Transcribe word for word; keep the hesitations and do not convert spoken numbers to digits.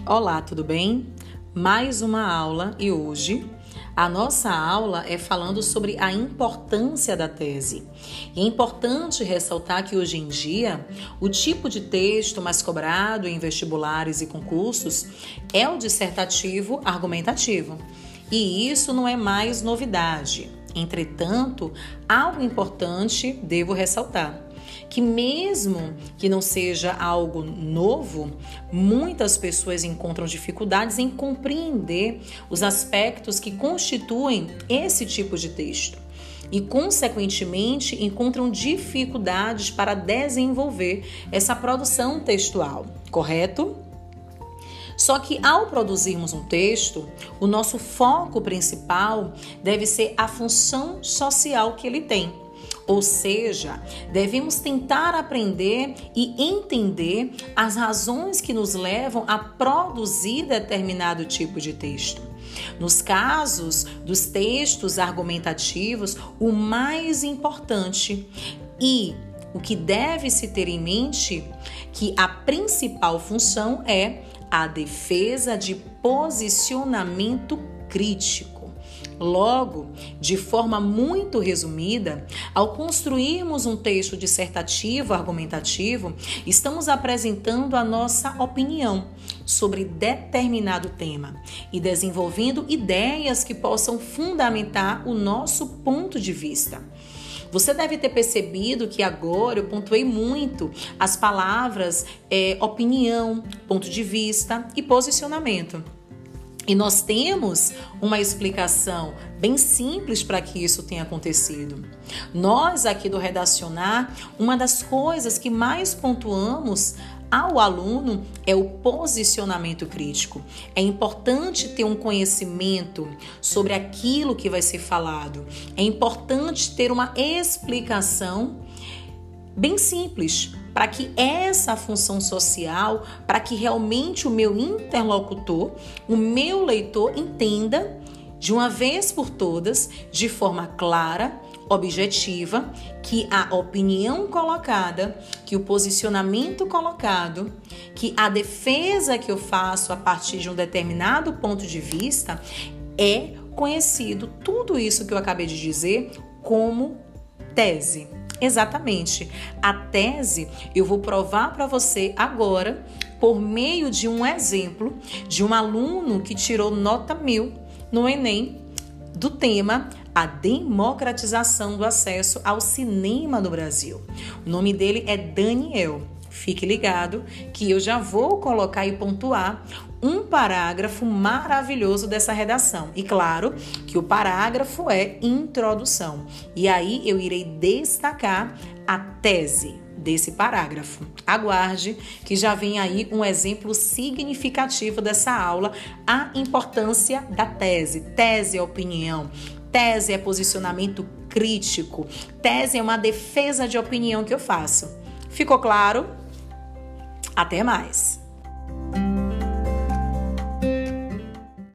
Olá, tudo bem? Mais uma aula e hoje a nossa aula é falando sobre a importância da tese. E é importante ressaltar que hoje em dia o tipo de texto mais cobrado em vestibulares e concursos é o dissertativo argumentativo. E isso não é mais novidade. Entretanto, algo importante devo ressaltar. Que mesmo que não seja algo novo, muitas pessoas encontram dificuldades em compreender os aspectos que constituem esse tipo de texto e, consequentemente, encontram dificuldades para desenvolver essa produção textual, correto? Só que ao produzirmos um texto, o nosso foco principal deve ser a função social que ele tem. Ou seja, devemos tentar aprender e entender as razões que nos levam a produzir determinado tipo de texto. Nos casos dos textos argumentativos, o mais importante e o que deve se ter em mente que a principal função é a defesa de posicionamento crítico. Logo, de forma muito resumida, ao construirmos um texto dissertativo argumentativo, estamos apresentando a nossa opinião sobre determinado tema e desenvolvendo ideias que possam fundamentar o nosso ponto de vista. Você deve ter percebido que agora eu pontuei muito as palavras é, opinião, ponto de vista e posicionamento. E nós temos uma explicação bem simples para que isso tenha acontecido. Nós aqui do Redacionar, uma das coisas que mais pontuamos ao aluno é o posicionamento crítico. É importante ter um conhecimento sobre aquilo que vai ser falado. É importante ter uma explicação bem simples, para que essa função social, para que realmente o meu interlocutor, o meu leitor entenda de uma vez por todas, de forma clara, objetiva, que a opinião colocada, que o posicionamento colocado, que a defesa que eu faço a partir de um determinado ponto de vista é conhecido, tudo isso que eu acabei de dizer, como tese. Exatamente. A tese eu vou provar para você agora por meio de um exemplo de um aluno que tirou nota mil no Enem do tema a democratização do acesso ao cinema no Brasil. O nome dele é Daniel. Fique ligado que eu já vou colocar e pontuar um parágrafo maravilhoso dessa redação. E claro que o parágrafo é introdução. E aí eu irei destacar a tese desse parágrafo. Aguarde que já vem aí um exemplo significativo dessa aula, a importância da tese. Tese é opinião, tese é posicionamento crítico, tese é uma defesa de opinião que eu faço. Ficou claro? Até mais!